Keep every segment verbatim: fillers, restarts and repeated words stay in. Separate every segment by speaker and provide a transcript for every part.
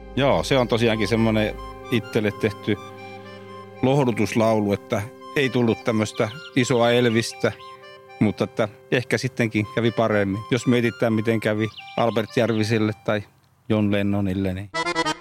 Speaker 1: Joo, se on tosiaankin semmoinen itselle tehty lohdutuslaulu, että ei tullut tämmöistä isoa Elvistä, mutta että ehkä sittenkin kävi paremmin. Jos mietitään, miten kävi Albert Järviselle tai John Lennonille, niin...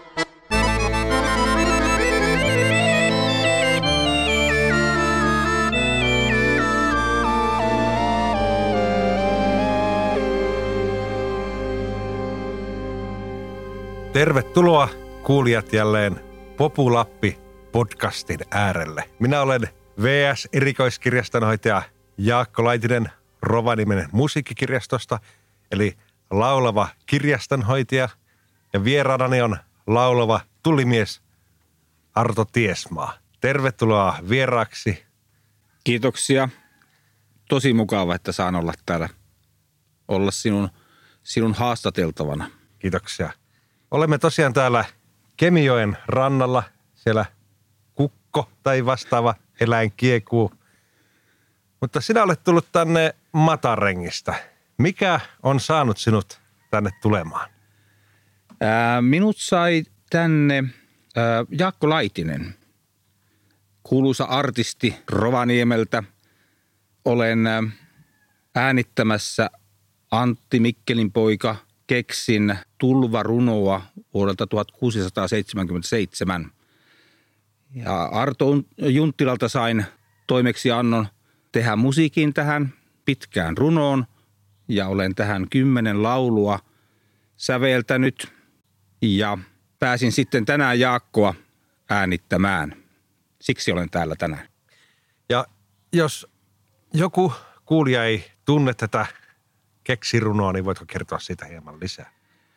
Speaker 2: Tervetuloa kuulijat jälleen Populappi podcastin äärelle. Minä olen V S-erikoiskirjastonhoitaja Jaakko Laitinen Rovaniemen musiikkikirjastosta, eli laulava kirjastonhoitaja. Ja vieraanani on laulava tulimies Arto Tiesmaa. Tervetuloa vieraaksi.
Speaker 1: Kiitoksia. Tosi mukava, että saan olla täällä, olla sinun, sinun haastateltavana.
Speaker 2: Kiitoksia. Olemme tosiaan täällä Kemijoen rannalla, siellä kukko tai vastaava eläin kiekuu. Mutta sinä olet tullut tänne Matarengistä. Mikä on saanut sinut tänne tulemaan?
Speaker 1: Ää, minut sai tänne ää, Jaakko Laitinen, kuuluisa artisti Rovaniemeltä. Olen ää, äänittämässä Antti Mikkelin poika Keksin tulvarunoa vuodelta tuhatkuusisataaseitsemänkymmentäseitsemän. Ja Arto Junttilalta sain toimeksiannon tehdä musiikin tähän pitkään runoon. Ja olen tähän kymmenen laulua säveltänyt. Ja pääsin sitten tänään Jaakkoa äänittämään. Siksi olen täällä tänään.
Speaker 2: Ja jos joku kuulija ei tunne tätä Keksirunoa, niin voitko kertoa siitä hieman lisää?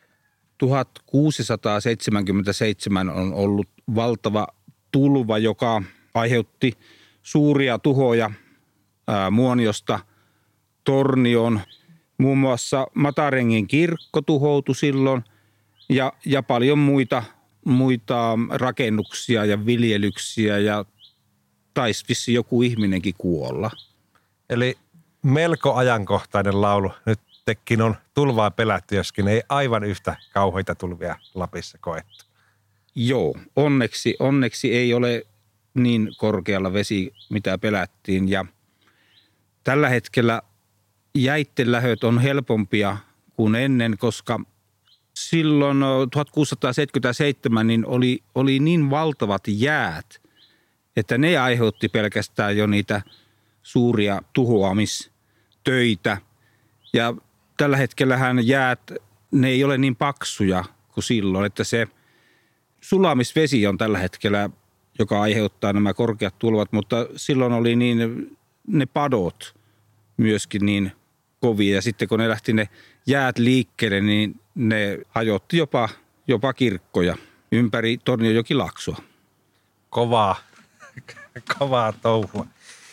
Speaker 1: tuhatkuusisataaseitsemänkymmentäseitsemän on ollut valtava tulva, joka aiheutti suuria tuhoja ää, Muoniosta Tornioon. Muun muassa Matarengin kirkko tuhoutui silloin ja, ja paljon muita, muita rakennuksia ja viljelyksiä ja taisi vissi joku ihminenkin kuolla.
Speaker 2: Eli melko ajankohtainen laulu. Nyt tekin on tulvaa pelätty, joskin ei aivan yhtä kauheita tulvia Lapissa koettu.
Speaker 1: Joo, onneksi, onneksi ei ole niin korkealla vesi, mitä pelättiin. Ja tällä hetkellä jäittelähöt on helpompia kuin ennen, koska silloin tuhatkuusisataaseitsemänkymmentäseitsemän niin oli, oli niin valtavat jäät, että ne aiheutti pelkästään jo niitä suuria tuhoamistöitä. Ja tällä hetkellähän jäät, ne ei ole niin paksuja kuin silloin, että se sulamisvesi on tällä hetkellä, joka aiheuttaa nämä korkeat tulvat, mutta silloin oli niin ne padot myöskin niin kovia. Ja sitten kun ne lähti ne jäät liikkeelle, niin ne hajotti jopa, jopa kirkkoja ympäri Tornionjokilaaksoa.
Speaker 2: Kovaa, kovaa touhua.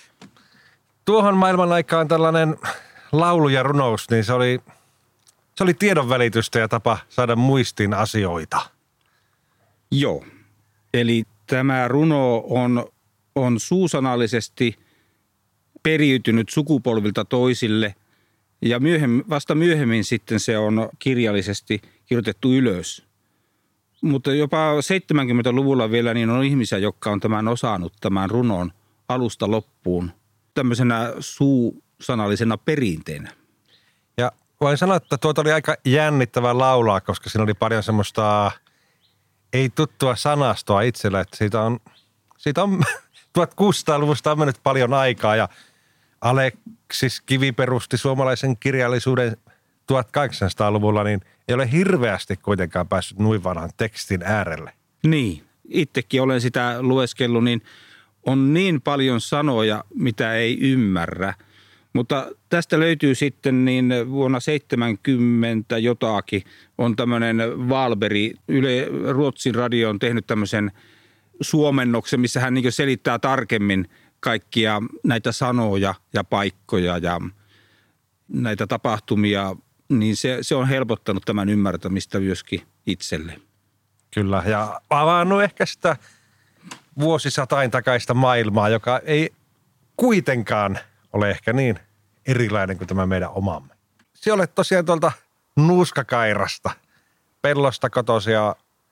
Speaker 2: Tuohon maailman aikaan tällainen laulu ja runous, niin se oli, se oli tiedonvälitystä ja tapa saada muistiin asioita.
Speaker 1: Joo, eli tämä runo on, on suusanallisesti periytynyt sukupolvilta toisille ja myöhemmin, vasta myöhemmin sitten se on kirjallisesti kirjoitettu ylös. Mutta jopa seitsemänkymmentäluvulla vielä niin on ihmisiä, jotka on tämän osannut tämän runon alusta loppuun tämmöisenä suusanallisena perinteenä.
Speaker 2: Ja voin sanoa, että tuota oli aika jännittävää laulaa, koska siinä oli paljon semmoista ei tuttua sanastoa itsellä, että siitä on, siitä on tuhatkuusisataaluvusta on mennyt paljon aikaa ja Aleksis Kivi perusti suomalaisen kirjallisuuden tuhatkahdeksansataaluvulla, niin ei ole hirveästi kuitenkaan päässyt noin vanhan tekstin äärelle.
Speaker 1: Niin, itsekin olen sitä lueskellut, niin on niin paljon sanoja, mitä ei ymmärrä. Mutta tästä löytyy sitten niin vuonna seitsemänkymmentä jotakin on tämmöinen Wahlberg, Yle Ruotsin radio on tehnyt tämmöisen suomennoksen, missä hän niin selittää tarkemmin kaikkia näitä sanoja ja paikkoja ja näitä tapahtumia, niin se, se on helpottanut tämän ymmärtämistä myöskin itselle.
Speaker 2: Kyllä, ja avannut ehkä sitä vuosisatain takaista maailmaa, joka ei kuitenkaan ole ehkä niin erilainen kuin tämä meidän omamme. Sinä olet tosiaan tuolta Nuuskakairasta, pellosta kotoisin ja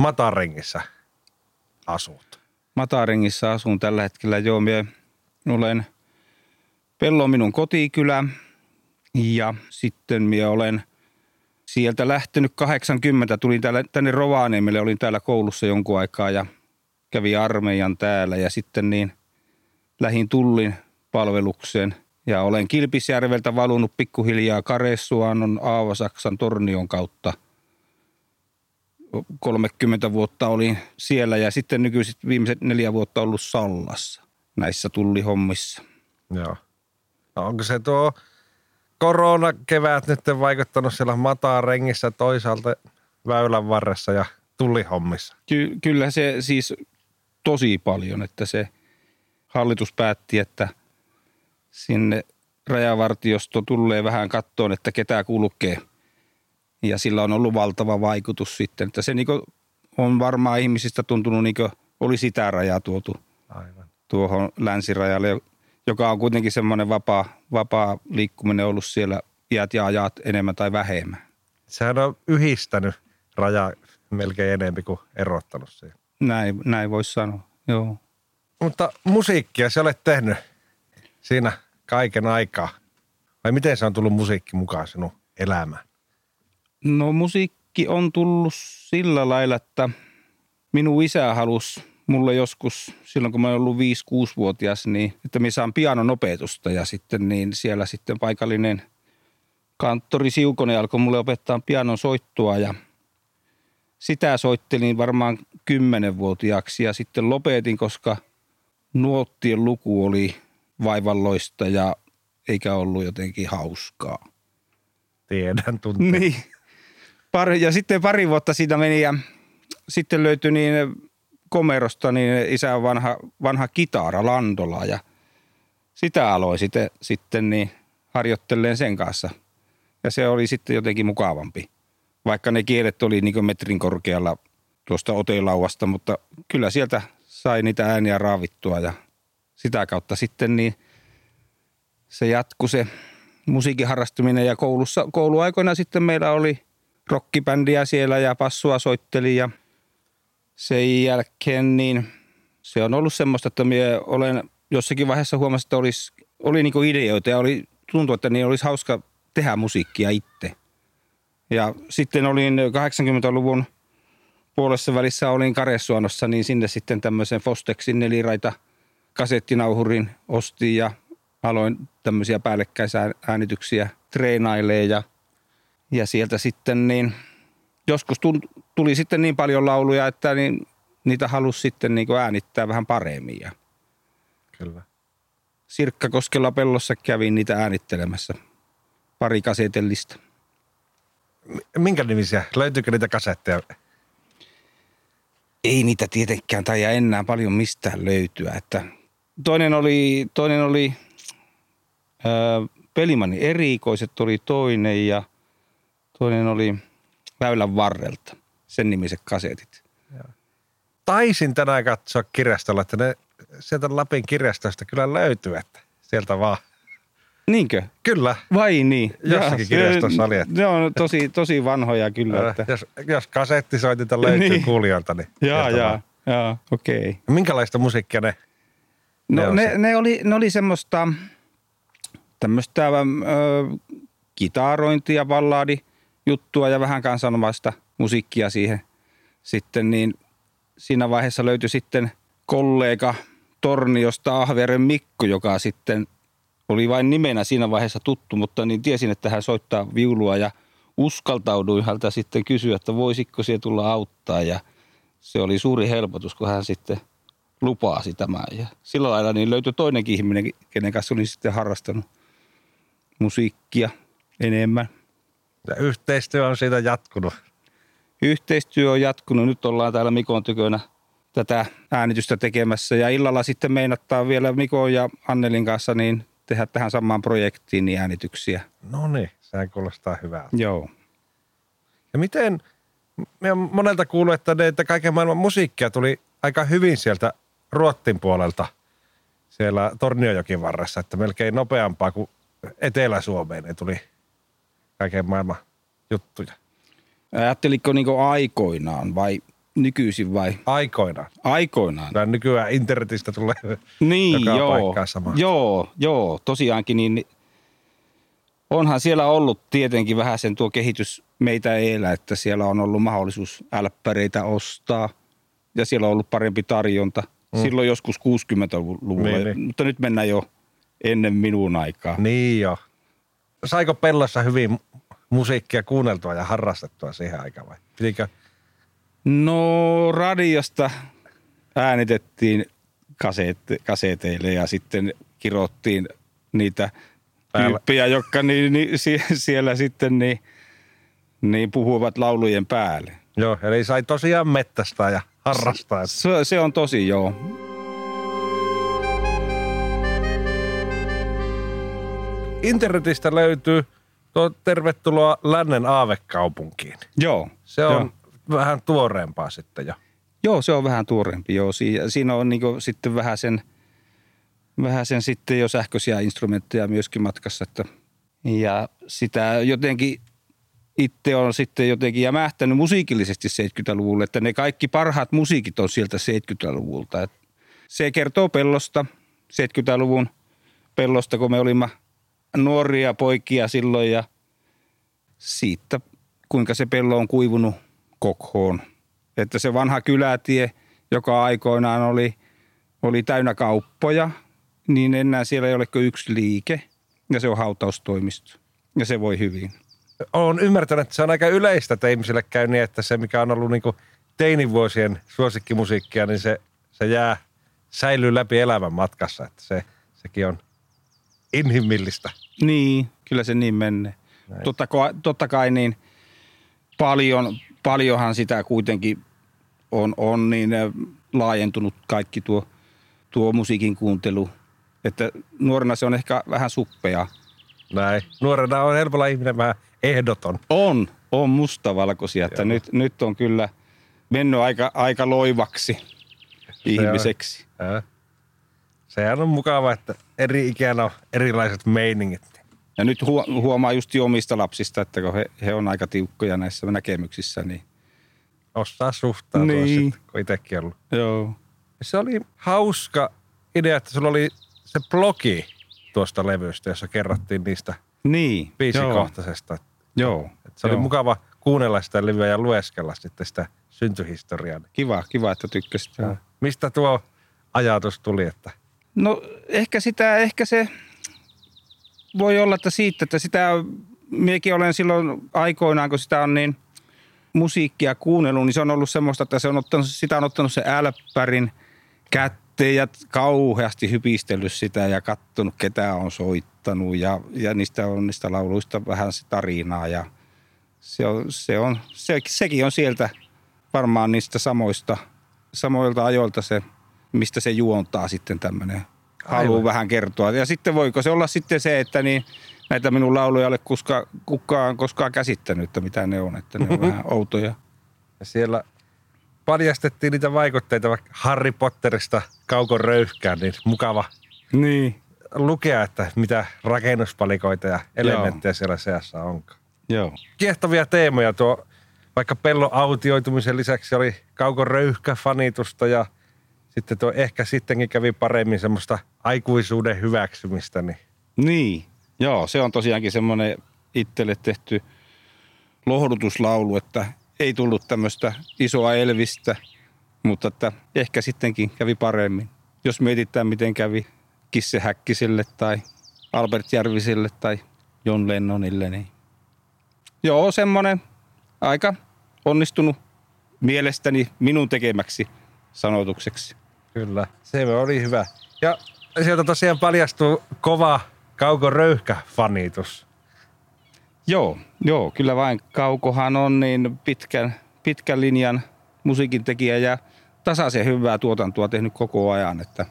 Speaker 2: Matarengissä asut?
Speaker 1: Matarengissä asun tällä hetkellä, joo. Minä olen, Pello on minun kotikylä ja sitten minä olen sieltä lähtenyt kahdeksankymmentä. Tulin täällä, tänne Rovaniemelle, olin täällä koulussa jonkun aikaa ja kävin armeijan täällä ja sitten niin lähdin Tullin palvelukseen. Ja olen Kilpisjärveltä valunut pikkuhiljaa Karesuanon, Aavasaksan, Tornion kautta. kolmekymmentä vuotta olin siellä ja sitten nykyiset viimeiset neljä vuotta ollut Sallassa näissä tullihommissa.
Speaker 2: Joo. No onko se tuo koronakevät nyt vaikuttanut siellä Matarengissä toisaalta väylän varressa ja tullihommissa?
Speaker 1: Ky- kyllä se siis tosi paljon, että se hallitus päätti, että sinne rajavartiosto tulee vähän kattoon, että ketä kulkee. Ja sillä on ollut valtava vaikutus sitten, että se niinku on varmaan ihmisistä tuntunut niin kuin olisi itärajaa tuotu Aivan. tuohon länsirajalle, joka on kuitenkin semmoinen vapaa, vapaa liikkuminen ollut siellä iät ja ajat enemmän tai vähemmän.
Speaker 2: Sehän on yhdistänyt raja melkein enemmän kuin erottanut siihen.
Speaker 1: Näin, näin voisi sanoa, joo.
Speaker 2: Mutta musiikkia sä olet tehnyt siinä kaiken aikaa. Vai miten se on tullut musiikki mukaan sinun elämään?
Speaker 1: No musiikki on tullut sillä lailla, että minun isä halusi mulle joskus, silloin kun mä olen ollut viisi-kuusi-vuotias, niin että minä saan pianon opetusta ja sitten niin siellä sitten paikallinen kanttori Siukonen alkoi mulle opettaa pianon soittoa ja sitä soittelin varmaan kymmenvuotiaaksi ja sitten lopetin, koska nuottien luku oli vaivalloista ja eikä ollut jotenkin hauskaa.
Speaker 2: Tiedän tunteen.
Speaker 1: Niin. Pari, ja sitten pari vuotta siitä meni ja sitten löytyi niin komerosta niin isän vanha, vanha kitara Landola ja sitä aloin sitten, sitten niin harjoittelemaan sen kanssa. Ja se oli sitten jotenkin mukavampi, vaikka ne kielet oli niin kuin metrin korkealla tuosta otelauvasta, mutta kyllä sieltä sai niitä ääniä raavittua ja sitä kautta sitten niin se jatkui se musiikin harrastuminen ja koulussa, kouluaikoina sitten meillä oli rockibändiä siellä ja passua soitteli ja sen jälkeen niin se on ollut semmoista, että minä olen jossakin vaiheessa huomasin, että olisi, oli niinku ideoita ja oli, tuntui, että niin olisi hauska tehdä musiikkia itse. Ja sitten olin kahdeksankymmentäluvun puolessa välissä olin Karesuanossa, niin sinne sitten tämmöisen Fostexin neliraita kasettinauhurin ostin ja aloin tämmöisiä päällekkäisäänityksiä treenailee ja, ja sieltä sitten niin joskus tuli sitten niin paljon lauluja, että niin, niitä halusi sitten niin kuin äänittää vähän paremmin. Ja
Speaker 2: Kyllä.
Speaker 1: Sirkkakoskella pellossa kävin niitä äänittelemässä pari kasetellista.
Speaker 2: Minkä nimisiä? Löytyykö niitä kasetteja?
Speaker 1: Ei niitä tietenkään tai enää paljon mistään löytyä. Että toinen oli, toinen oli ää, Pelimannin erikoiset oli toinen ja toinen oli Väylän varrelta, sen nimiset kasetit.
Speaker 2: Taisin tänään katsoa kirjastolla, että ne sieltä Lapin kirjastosta kyllä löytyy, että sieltä vaan.
Speaker 1: Niinkö?
Speaker 2: Kyllä.
Speaker 1: Vai niin?
Speaker 2: Jossakin ja, kirjastossa oli. Että.
Speaker 1: Ne on tosi, tosi vanhoja kyllä. Että.
Speaker 2: Jos, jos kasettisoitinta löytyy niin. Kuulijoilta, niin
Speaker 1: jaa, jaa, jaa, okei. Okay.
Speaker 2: Minkälaista musiikkia ne,
Speaker 1: ne No ne, ne, oli, ne oli semmoista tämmöistä äh, kitarointia, balladi juttua ja vähän kansanomaista musiikkia siihen. Sitten niin siinä vaiheessa löytyi sitten kollega Torniosta Ahveren Mikko, joka sitten oli vain nimenä siinä vaiheessa tuttu, mutta niin tiesin, että hän soittaa viulua ja uskaltauduin häneltä sitten kysyä, että voisiko se tulla auttaa ja se oli suuri helpotus, kun hän sitten lupasi tämän ja sillä lailla niin löytyi toinenkin ihminen, kenen kanssa olin sitten harrastanut musiikkia enemmän.
Speaker 2: Ja yhteistyö on siitä jatkunut.
Speaker 1: Yhteistyö on jatkunut. Nyt ollaan täällä Mikon tykönä tätä äänitystä tekemässä ja illalla sitten meinattaa vielä Mikon ja Annelin kanssa niin tehdä tähän samaan projektiin niin äänityksiä.
Speaker 2: No niin, sehän kuulostaa hyvältä.
Speaker 1: Joo.
Speaker 2: Ja miten, minä monelta kuullut, että, ne, että kaiken maailman musiikkia tuli aika hyvin sieltä Ruottin puolelta siellä Tornionjokin varressa, että melkein nopeampaa kuin Etelä-Suomeen ne tuli kaiken maailman juttuja.
Speaker 1: Ajatteliko niin kuin aikoinaan vai nykyisin vai?
Speaker 2: Aikoinaan.
Speaker 1: Aikoinaan.
Speaker 2: Tämä nykyään internetistä tulee
Speaker 1: niin,
Speaker 2: joka
Speaker 1: joo,
Speaker 2: paikkaan sama.
Speaker 1: Joo, joo, tosiaankin niin onhan siellä ollut tietenkin vähän sen tuo kehitys meitä eellä, että siellä on ollut mahdollisuus älppäreitä ostaa ja siellä on ollut parempi tarjonta. Mm. Silloin joskus kuusikymmentäluvulla, niin, niin. Mutta nyt mennään jo ennen minun aikaa.
Speaker 2: Niin jo. Saiko Pellossa hyvin musiikkia kuunneltua ja harrastettua siihen aikaan vai? Pitikö?
Speaker 1: No radiosta äänitettiin kaseette, kaseteille ja sitten kirottiin niitä tyyppejä, jotka niin, niin, siellä sitten niin, niin puhuvat laulujen päälle.
Speaker 2: Joo, eli sai tosiaan mettästää ja harrastaa.
Speaker 1: Se, se on tosi, joo.
Speaker 2: Internetistä löytyy tuo tervetuloa lännen aavekaupunkiin.
Speaker 1: Joo.
Speaker 2: Se on
Speaker 1: joo.
Speaker 2: vähän tuoreempaa sitten jo.
Speaker 1: Joo, se on vähän tuoreempi, joo. Siinä on niinku sitten vähän sen, vähän sen sitten jo sähköisiä instrumentteja myöskin matkassa. Että, ja sitä jotenkin itse on sitten jotenkin jämähtänyt musiikillisesti seitsemänkymmentäluvulle, että ne kaikki parhaat musiikit on sieltä seitsemänkymmentäluvulta. Et se kertoo Pellosta, seitsemänkymmentäluvun Pellosta, kun me olimme nuoria poikia silloin ja siitä, kuinka se pello on kuivunut kokoon. Että se vanha kylätie, joka aikoinaan oli, oli täynnä kauppoja, niin enää siellä ei ole kuin yksi liike ja se on hautaustoimisto ja se voi hyvin.
Speaker 2: Olen ymmärtänyt, että se on aika yleistä, että ihmisille käy niin, että se mikä on ollut niin kuin teinivuosien suosikkimusiikkia, niin se, se jää, säilyy läpi elämän matkassa, että se, sekin on inhimillistä.
Speaker 1: Niin, kyllä se niin menee. Totta, totta kai niin paljon, paljonhan sitä kuitenkin on, on niin laajentunut kaikki tuo, tuo musiikin kuuntelu, että nuorena se on ehkä vähän suppea.
Speaker 2: Näin. Nuorena on helpolla ihminen vähän ehdoton.
Speaker 1: On, on mustavalkoisia, että nyt, nyt on kyllä mennyt aika, aika loivaksi ihmiseksi.
Speaker 2: On, sehän on mukava, että eri ikänä on erilaiset meiningit.
Speaker 1: Ja nyt huomaa just omista lapsista, että kun he, he on aika tiukkoja näissä näkemyksissä, niin
Speaker 2: osaa suhtautua
Speaker 1: niin.
Speaker 2: sitten, kun itsekin ollut.
Speaker 1: Joo.
Speaker 2: Se oli hauska idea, että sulla oli se blogi tuosta levystä, jossa kerrottiin niistä
Speaker 1: niin,
Speaker 2: biisikohtaisesta.
Speaker 1: Joo.
Speaker 2: Että se
Speaker 1: joo.
Speaker 2: oli mukava kuunnella sitä levyä ja lueskella sitten sitä syntyhistoriaa.
Speaker 1: Kiva, kiva, että tykkäsit. Ja.
Speaker 2: Mistä tuo ajatus tuli? Että?
Speaker 1: No ehkä sitä, ehkä se voi olla, että siitä, että sitä minäkin olen silloin aikoinaan, kun sitä on niin musiikkia kuunnellut, niin se on ollut semmoista, että se on ottanut, sitä on ottanut se älppärin kätteen ja kauheasti hypistellyt sitä ja kattonut, ketä on soittanut ja, ja niistä on niistä lauluista vähän se tarinaa ja se on, se on, se, sekin on sieltä varmaan niistä samoista, samoilta ajoilta se, mistä se juontaa sitten tämmöinen. Haluan vähän kertoa. Ja sitten voiko se olla sitten se, että niin näitä minun lauluja ei ole kuska, kukaan koskaan käsittänyt, että mitä ne on, että ne on vähän outoja.
Speaker 2: Ja siellä paljastettiin niitä vaikutteita vaikka Harry Potterista Kauko Röyhkään, niin mukava
Speaker 1: niin.
Speaker 2: lukea, että mitä rakennuspalikoita ja elementtejä Joo. siellä seassa onkaan.
Speaker 1: Joo.
Speaker 2: Kiehtovia teemoja tuo, vaikka pellon autioitumisen lisäksi oli Kauko Röyhkä-fanitusta ja sitten tuo ehkä sittenkin kävi paremmin semmoista aikuisuuden hyväksymistä. Niin,
Speaker 1: niin. Joo, se on tosiaankin semmoinen itselle tehty lohdutuslaulu, että ei tullut tämmöistä isoa Elvistä, mutta että ehkä sittenkin kävi paremmin. Jos mietitään, miten kävi Kisse Häkkiselle tai Albert Järviselle tai John Lennonille, niin joo, semmoinen aika onnistunut mielestäni minun tekemäksi sanotukseksi.
Speaker 2: Kyllä, se oli hyvä. Ja sieltä tosiaan paljastuu kova Kauko Röyhkä-fanitus.
Speaker 1: Joo, joo, kyllä vain Kaukohan on niin pitkän, pitkän linjan musiikin tekijä ja tasaisen hyvää tuotantoa tehnyt koko ajan, että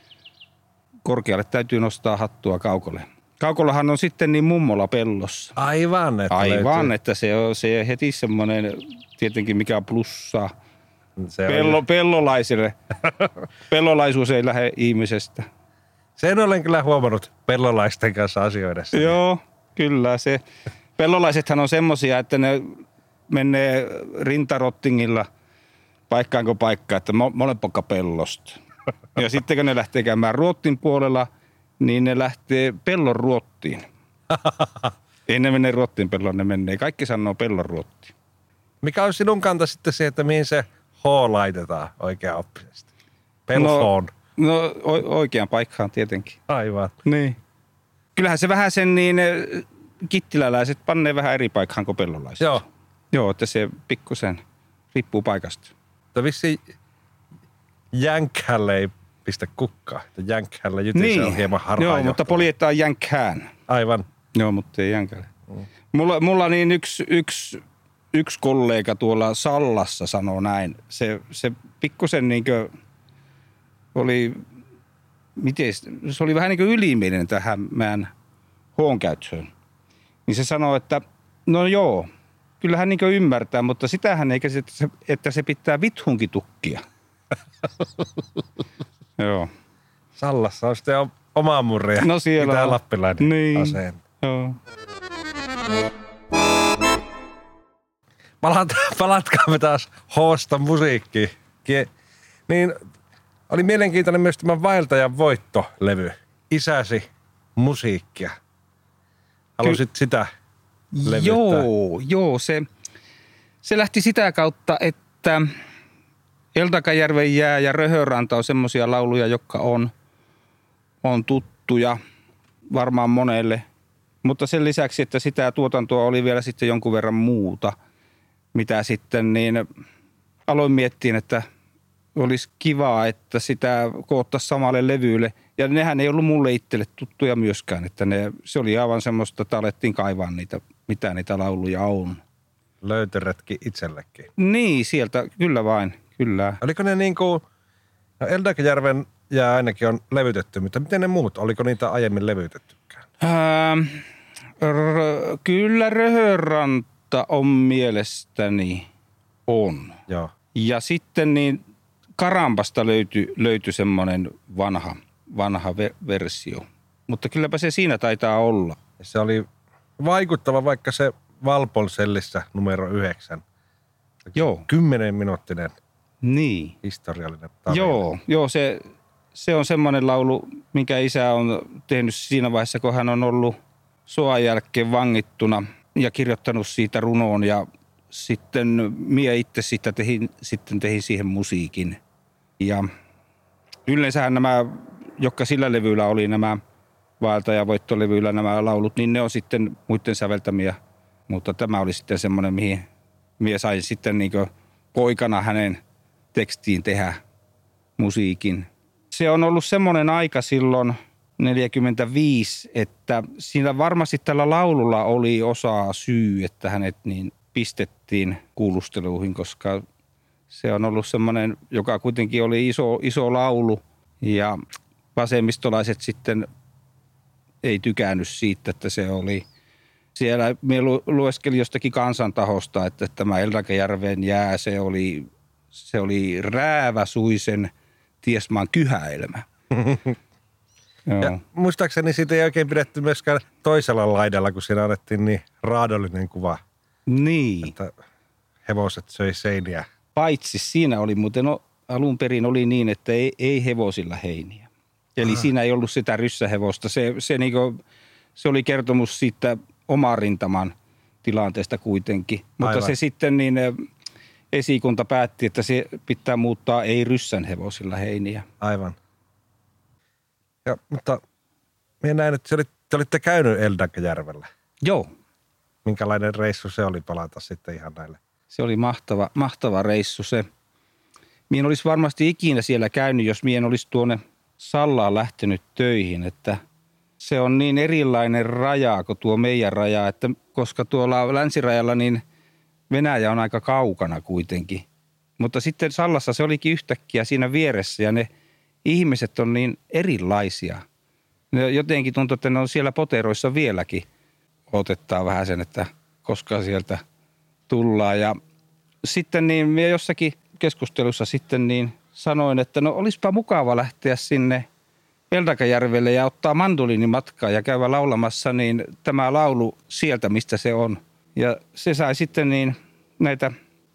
Speaker 1: korkealle täytyy nostaa hattua Kaukolle. Kaukollahan on sitten niin mummola pellossa.
Speaker 2: Aivan, että
Speaker 1: Aivan,
Speaker 2: löytyy.
Speaker 1: että se on se heti semmoinen tietenkin mikä on plussaa.
Speaker 2: Se
Speaker 1: Pello,
Speaker 2: on...
Speaker 1: pellolaisille. Pellolaisuus ei lähde ihmisestä.
Speaker 2: Sen olen kyllä huomannut pellolaisten kanssa asioidessa.
Speaker 1: Joo, kyllä se. Pellolaisethan on semmosia, että ne menee rintarottingilla paikkaanko paikkaa, että mo- molempo kapellosta. Ja sitten kun ne lähtee käymään Ruotsin puolella, niin ne lähtee pellon Ruottiin. Ei ne mene Ruotsin pellon, ne menee. Kaikki sanoo pellon Ruottiin.
Speaker 2: Mikä on sinun kanta sitten se, että mihin se H laitetaan oikein oppisesti? Pelfoon.
Speaker 1: No, no o- oikeaan paikkaan tietenkin.
Speaker 2: Aivan.
Speaker 1: Niin. Kyllähän se vähän sen niin, kittiläläiset pannee vähän eri paikkaan kuin pellolaiset.
Speaker 2: Joo.
Speaker 1: Joo, että se pikkusen riippuu paikasta.
Speaker 2: Mutta vissiin jänkhälle ei pistä kukkaa. Jänkhälle jytissä niin. On hieman harhaan
Speaker 1: Joo,
Speaker 2: johtava.
Speaker 1: mutta poljettaan jänkhään.
Speaker 2: Aivan.
Speaker 1: Joo, mutta ei jänkälle. Mm. Mulla, mulla niin yksi, yksi, yksi kollega tuolla Sallassa sanoo näin. Se, se pikkusen niin kuin oli, miten, se oli vähän niin kuin ylimielinen tähän meidän hoon käyttöön. Niin se sanoi, että no joo, kyllähän niin kuin ymmärtää, mutta sitähän eikä se, että se pitää vithunkin tukkia. Joo.
Speaker 2: Sallassa on sitten oma murria.
Speaker 1: No siellä
Speaker 2: Mitä
Speaker 1: on.
Speaker 2: lappilainen
Speaker 1: Niin.
Speaker 2: aseen.
Speaker 1: Joo.
Speaker 2: Palat, palatkaamme taas Hoosta musiikkiin. Kie, niin oli mielenkiintoinen myös tämä Vaeltajan voitto-levy. Isäsi musiikkia. Halusit Ky- sitä levyttää?
Speaker 1: Joo, joo. Se, se lähti sitä kautta, että Eltakajärven jää ja Röhöranta on semmoisia lauluja, jotka on, on tuttuja varmaan monelle. Mutta sen lisäksi, että sitä tuotantoa oli vielä sitten jonkun verran muuta, mitä sitten niin aloin miettiä, että olisi kivaa, että sitä koottaisiin samalle levylle. Ja nehän ei ollut mulle itselle tuttuja myöskään, että ne, se oli aivan semmoista, että alettiin kaivaa niitä, mitä niitä lauluja on.
Speaker 2: Löytöretki itsellekin.
Speaker 1: Niin, sieltä kyllä vain, kyllä.
Speaker 2: Oliko ne niin kuin, no Eltakajärven jää ainakin on levytetty, mutta miten ne muut, oliko niitä aiemmin levytettykään?
Speaker 1: Ää, r- kyllä Röhöranta on mielestäni on.
Speaker 2: Joo.
Speaker 1: Ja sitten niin Karampasta löytyi, löytyi semmoinen vanha, vanha ver- versio. Mutta kylläpä se siinä taitaa olla.
Speaker 2: Se oli vaikuttava, vaikka se Valpon sellissä numero yhdeksän.
Speaker 1: Joo.
Speaker 2: Kymmenen minuuttinen
Speaker 1: Niin.
Speaker 2: historiallinen tarina.
Speaker 1: Joo, joo se, se on semmoinen laulu, minkä isä on tehnyt siinä vaiheessa, kun hän on ollut sodan jälkeen vangittuna ja kirjoittanut siitä runoon. Ja sitten mie itse siitä tehin, sitten tehin siihen musiikin. Ja yleensähän nämä, jotka sillä levyllä oli nämä vaeltajavoittolevyillä nämä laulut, niin ne on sitten muiden säveltämiä. Mutta tämä oli sitten semmoinen, mihin mie sain sitten niin kuin poikana hänen tekstiin tehdä musiikin. Se on ollut semmoinen aika silloin neljäkymmentäviisi, että siinä varmasti tällä laululla oli osa syy, että hänet niin pistettiin kuulusteluihin, koska se on ollut semmoinen, joka kuitenkin oli iso, iso laulu ja vasemmistolaiset sitten ei tykännyt siitä, että se oli siellä. Minä lueskelin jostakin kansantahosta, että tämä Eltakajärven jää, se oli, se oli rääväsuisen tiesmaan kyhäilmä.
Speaker 2: Ja muistaakseni siitä ei oikein pidetty myöskään toisella laidalla, kun siinä annettiin niin raadollinen kuva.
Speaker 1: Niin.
Speaker 2: Että hevoset söi seiniä.
Speaker 1: Paitsi siinä oli muuten, no, alun perin oli niin, että ei, ei hevosilla heiniä. Eli Aha. siinä ei ollut sitä ryssähevosta. Se, se, niinku, se oli kertomus siitä oman rintaman tilanteesta kuitenkin. Mutta
Speaker 2: Aivan.
Speaker 1: se sitten niin esikunta päätti, että se pitää muuttaa ei ryssän hevosilla heiniä.
Speaker 2: Aivan. Ja, mutta minä näin, että te, te olitte käynyt Eltakajärvellä.
Speaker 1: Joo.
Speaker 2: Minkälainen reissu se oli palata sitten ihan näille?
Speaker 1: Se oli mahtava, mahtava reissu se. Mien olisi varmasti ikinä siellä käynyt, jos mien olisi tuonne Sallaan lähtenyt töihin, että se on niin erilainen raja kuin tuo meidän raja, että koska tuolla länsirajalla niin Venäjä on aika kaukana kuitenkin. Mutta sitten Sallassa se olikin yhtäkkiä siinä vieressä ja ne ihmiset on niin erilaisia. Ne jotenkin tuntuu, että ne on siellä poteroissa vieläkin. Otettaa vähän sen, että koska sieltä tullaan. Ja sitten niin minä jossakin keskustelussa sitten niin sanoin, että no olisipa mukava lähteä sinne Eltakajärvelle ja ottaa mandoliinin matkaa ja käydä laulamassa niin tämä laulu sieltä, mistä se on. Ja se sai sitten niin näitä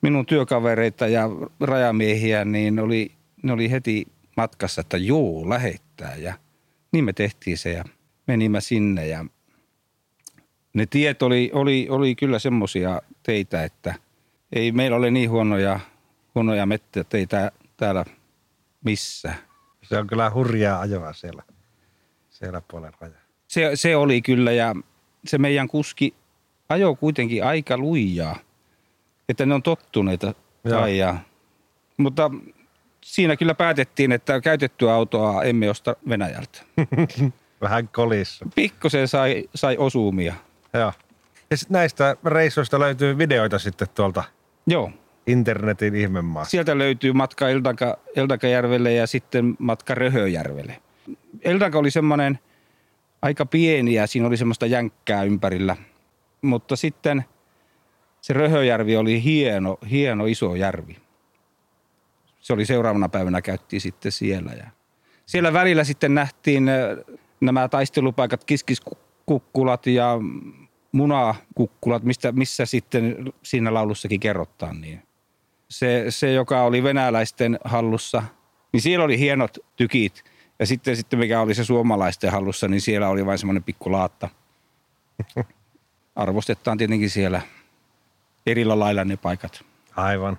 Speaker 1: minun työkavereita ja rajamiehiä, niin oli, ne oli heti matkassa, että joo, lähettää. Ja niin me tehtiin se ja menimme sinne ja ne tiet oli, oli, oli kyllä semmoisia teitä, että ei meillä ole niin huonoja, huonoja mettäteitä täällä missä.
Speaker 2: Se on kyllä hurjaa ajoa siellä, siellä puolella rajaa.
Speaker 1: Se, se oli kyllä ja se meidän kuski ajoi kuitenkin aika lujaa, että ne on tottuneita ajaa. Mutta siinä kyllä päätettiin, että käytettyä autoa emme osta Venäjältä.
Speaker 2: Vähän kolissa.
Speaker 1: Pikkusen sai, sai osumia.
Speaker 2: Joo. Ja sitten näistä reissuista löytyy videoita sitten tuolta
Speaker 1: Joo.
Speaker 2: internetin ihmemaasta.
Speaker 1: Sieltä löytyy matka Eldanka, Eldakajärvelle ja sitten matka Röhöjärvelle. Eldanka oli semmoinen aika pieni ja siinä oli semmoista jänkkää ympärillä. Mutta sitten se Röhöjärvi oli hieno, hieno iso järvi. Se oli seuraavana päivänä käyttiin sitten siellä. Ja siellä välillä sitten nähtiin nämä taistelupaikat, kiskiskukkulat ja munakukkulat, mistä, missä sitten siinä laulussakin kerrotaan. Niin se, se, joka oli venäläisten hallussa, niin siellä oli hienot tykit. Ja sitten, sitten mikä oli se suomalaisten hallussa, niin siellä oli vain semmoinen pikku laatta. Arvostetaan tietenkin siellä erillä lailla ne paikat.
Speaker 2: Aivan.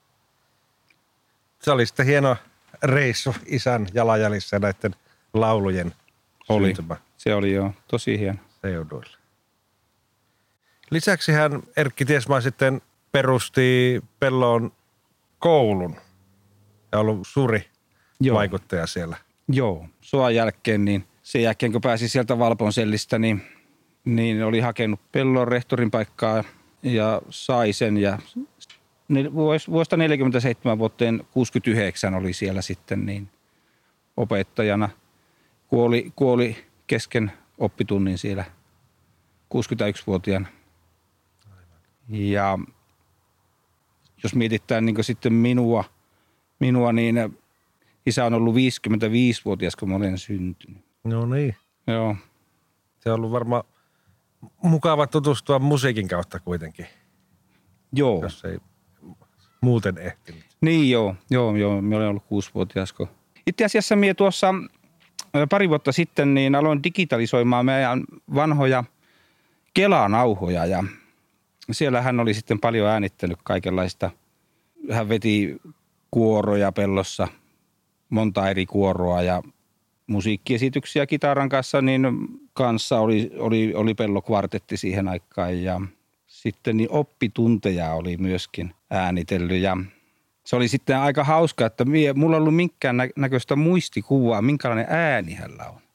Speaker 2: Se oli sitten hieno reissu isän jalanjäljissä näiden laulujen
Speaker 1: oli.
Speaker 2: syntymä.
Speaker 1: Se oli jo tosi hieno.
Speaker 2: Seuduilla. Lisäksi hän Erkki Tiesmaa sitten perusti Pelloon koulun ja ollut suuri Joo. vaikuttaja siellä.
Speaker 1: Joo, sodan jälkeen, niin sen jälkeen kun pääsi sieltä Valponsellistä, niin, niin oli hakenut Pellon rehtorin paikkaa ja sai sen. Ja vuodesta neljäkymmentäseitsemän vuoteen kuusikymmentäyhdeksän oli siellä sitten niin opettajana. Kuoli, kuoli kesken oppitunnin siellä kuusikymmentäyksivuotiaana. Ja jos mietitään niin sitten minua, minua, niin isä on ollut viisikymmentäviisivuotias, kun mä olen syntynyt.
Speaker 2: No niin.
Speaker 1: Joo.
Speaker 2: Se on ollut varmaan mukava tutustua musiikin kautta kuitenkin.
Speaker 1: Joo.
Speaker 2: Jos ei muuten ehtinyt.
Speaker 1: Niin joo, joo, joo. Mä olen ollut kuusivuotias. Kun... Itse asiassa minä tuossa pari vuotta sitten niin aloin digitalisoimaan meidän vanhoja Kela-nauhoja ja siellä hän oli sitten paljon äänittänyt kaikenlaista. Hän veti kuoroja Pellossa, monta eri kuoroa ja musiikkiesityksiä kitaran kanssa, niin kanssa oli, oli, oli Pello-kvartetti siihen aikaan ja sitten niin oppitunteja oli myöskin äänitellyt ja se oli sitten aika hauska, että mie, mulla ei ollut minkään näköistä muistikuvaa, minkälainen ääni hänellä on.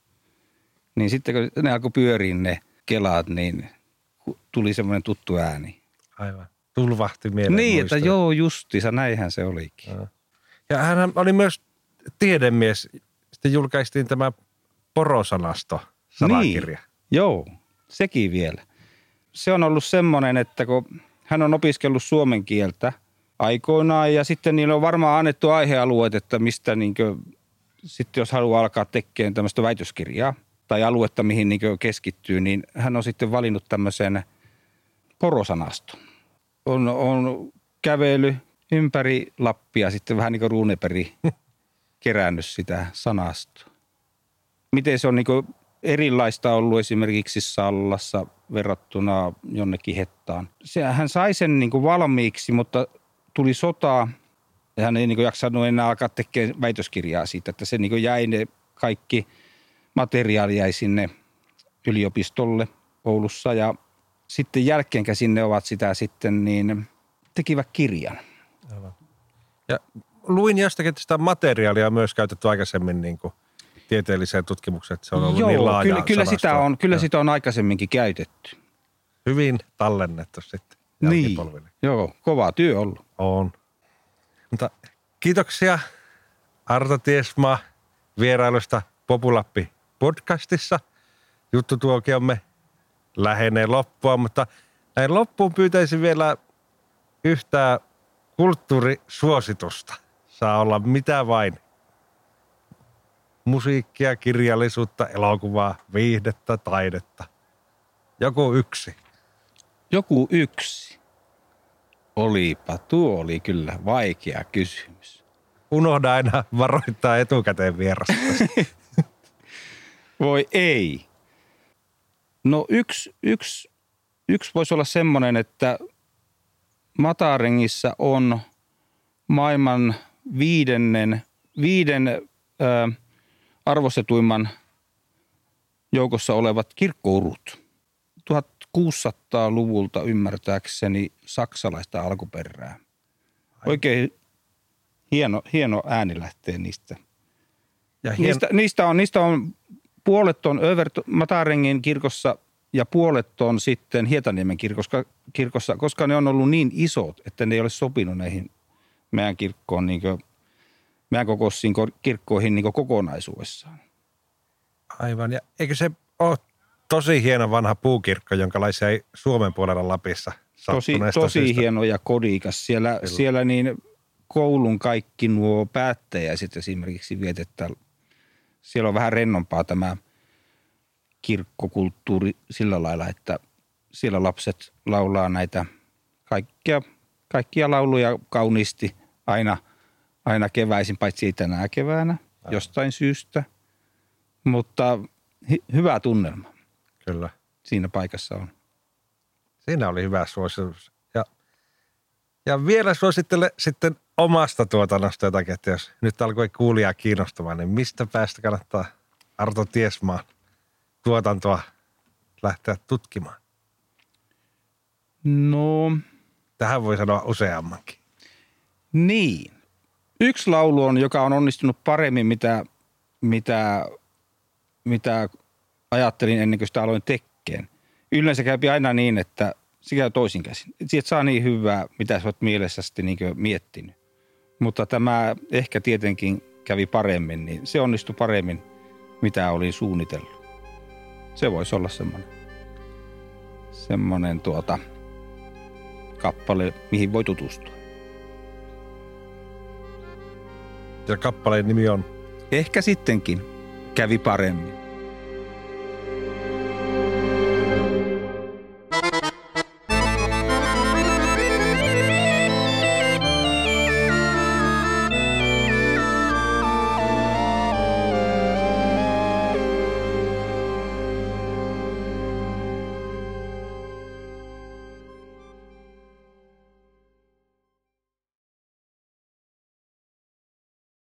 Speaker 1: Niin sitten kun ne alkoi pyöriä ne kelaat, niin tuli semmoinen tuttu ääni.
Speaker 2: Aivan. Tulvahti mieleen
Speaker 1: Niin,
Speaker 2: muistoja.
Speaker 1: että joo justiinsa, näinhän se olikin.
Speaker 2: Ja, ja hän oli myös tiedemies. Sitten julkaistiin tämä Porosanasto sanakirja.
Speaker 1: Niin, joo, sekin vielä. Se on ollut semmoinen, että kun hän on opiskellut suomen kieltä aikoinaan ja sitten niillä on varmaan annettu aihealueet, että mistä niin kuin, sitten jos haluaa alkaa tekemään tämmöistä väitöskirjaa tai aluetta, mihin niin kuin keskittyy, niin hän on sitten valinnut tämmöisen porosanaston. On, on kävely ympäri Lappia sitten vähän niin kuin Runeberg kerännyt sitä sanastoa. Miten se on niin kuin erilaista ollut esimerkiksi Sallassa verrattuna jonnekin Hettaan. Se, hän sai sen niin kuin valmiiksi, mutta tuli sotaa ja hän ei niin kuin jaksanut enää alkaa tekemään väitöskirjaa siitä, että se niin kuin jäi ne kaikki materiaali jäi sinne yliopistolle Oulussa ja sitten jälkeenkäsin ne ovat sitä sitten niin tekivät kirjan.
Speaker 2: Ja luin jostakin, että sitä materiaalia on myös käytetty aikaisemmin niin kuin tieteelliseen tutkimukseen, että se on ollut
Speaker 1: Joo,
Speaker 2: niin laaja
Speaker 1: kyllä, kyllä, sitä on, kyllä
Speaker 2: Joo.
Speaker 1: sitä on aikaisemminkin käytetty.
Speaker 2: Hyvin tallennettu sitten.
Speaker 1: Niin, joo, kova työ ollut.
Speaker 2: On. Mutta kiitoksia Arto Tiesmaa vierailusta Populappi podcastissa. Juttutuokiomme lähenee loppua, mutta näin loppuun pyytäisin vielä yhtä kulttuurisuositusta. Saa olla mitä vain. Musiikkia, kirjallisuutta, elokuvaa, viihdettä, taidetta. Joku yksi.
Speaker 1: Joku yksi Olipa, tuo oli kyllä vaikea kysymys.
Speaker 2: Unohda aina varoittaa etukäteen vierasta.
Speaker 1: Voi ei. No yksi, yksi, yksi voisi olla semmoinen, että Matarengissä on maailman viidennen, viiden ö, arvostetuimman joukossa olevat kirkkourut. tuhatkuusisataaluvulta ymmärtääkseni saksalaista alkuperää. Oikein hieno, hieno ääni lähtee niistä. Ja hien... niistä, niistä, on, niistä on puolet on Övert Matarengin kirkossa ja puolet on sitten Hietaniemen kirkossa, kirkossa, koska ne on ollut niin isot, että ne ei ole sopinut näihin meidän kirkkoon, niin kuin, meidän kokoisiin kirkkoihin niin kuin kokonaisuudessaan.
Speaker 2: Aivan, ja eikö se ole tosi hieno vanha puukirkko, jonka laisia ei Suomen puolella Lapissa
Speaker 1: Tosi, tosi syystä. Hieno ja kodikas. Siellä, siellä niin koulun kaikki nuo päättäjäiset esimerkiksi vietetään. Siellä on vähän rennompaa tämä kirkkokulttuuri sillä lailla, että siellä lapset laulaa näitä kaikkia, kaikkia lauluja kauniisti aina, aina keväisin, paitsi tänä keväänä Aivan. jostain syystä. Mutta hy- hyvä tunnelma.
Speaker 2: Kyllä.
Speaker 1: Siinä paikassa on.
Speaker 2: Siinä oli hyvä suositus. Ja, ja vielä suosittele sitten omasta tuotannosta jotakin, että jos nyt alkoi kuulijaa kiinnostumaan, niin mistä päästä kannattaa Arto Tiesmaan tuotantoa lähteä tutkimaan?
Speaker 1: No.
Speaker 2: Tähän voi sanoa useammankin.
Speaker 1: Niin. Yksi laulu on, joka on onnistunut paremmin, mitä, mitä, mitä ajattelin ennen kuin sitä aloin tekemään. Yleensä käypi aina niin, että se käy toisin käsin. Siitä saa niin hyvää, mitä sä oot mielessäsi niin miettinyt. Mutta tämä ehkä tietenkin kävi paremmin, niin se onnistui paremmin, mitä olin suunnitellut. Se voisi olla semmoinen, semmoinen tuota, kappale, mihin voi tutustua.
Speaker 2: Ja kappaleen nimi on?
Speaker 1: Ehkä sittenkin kävi paremmin.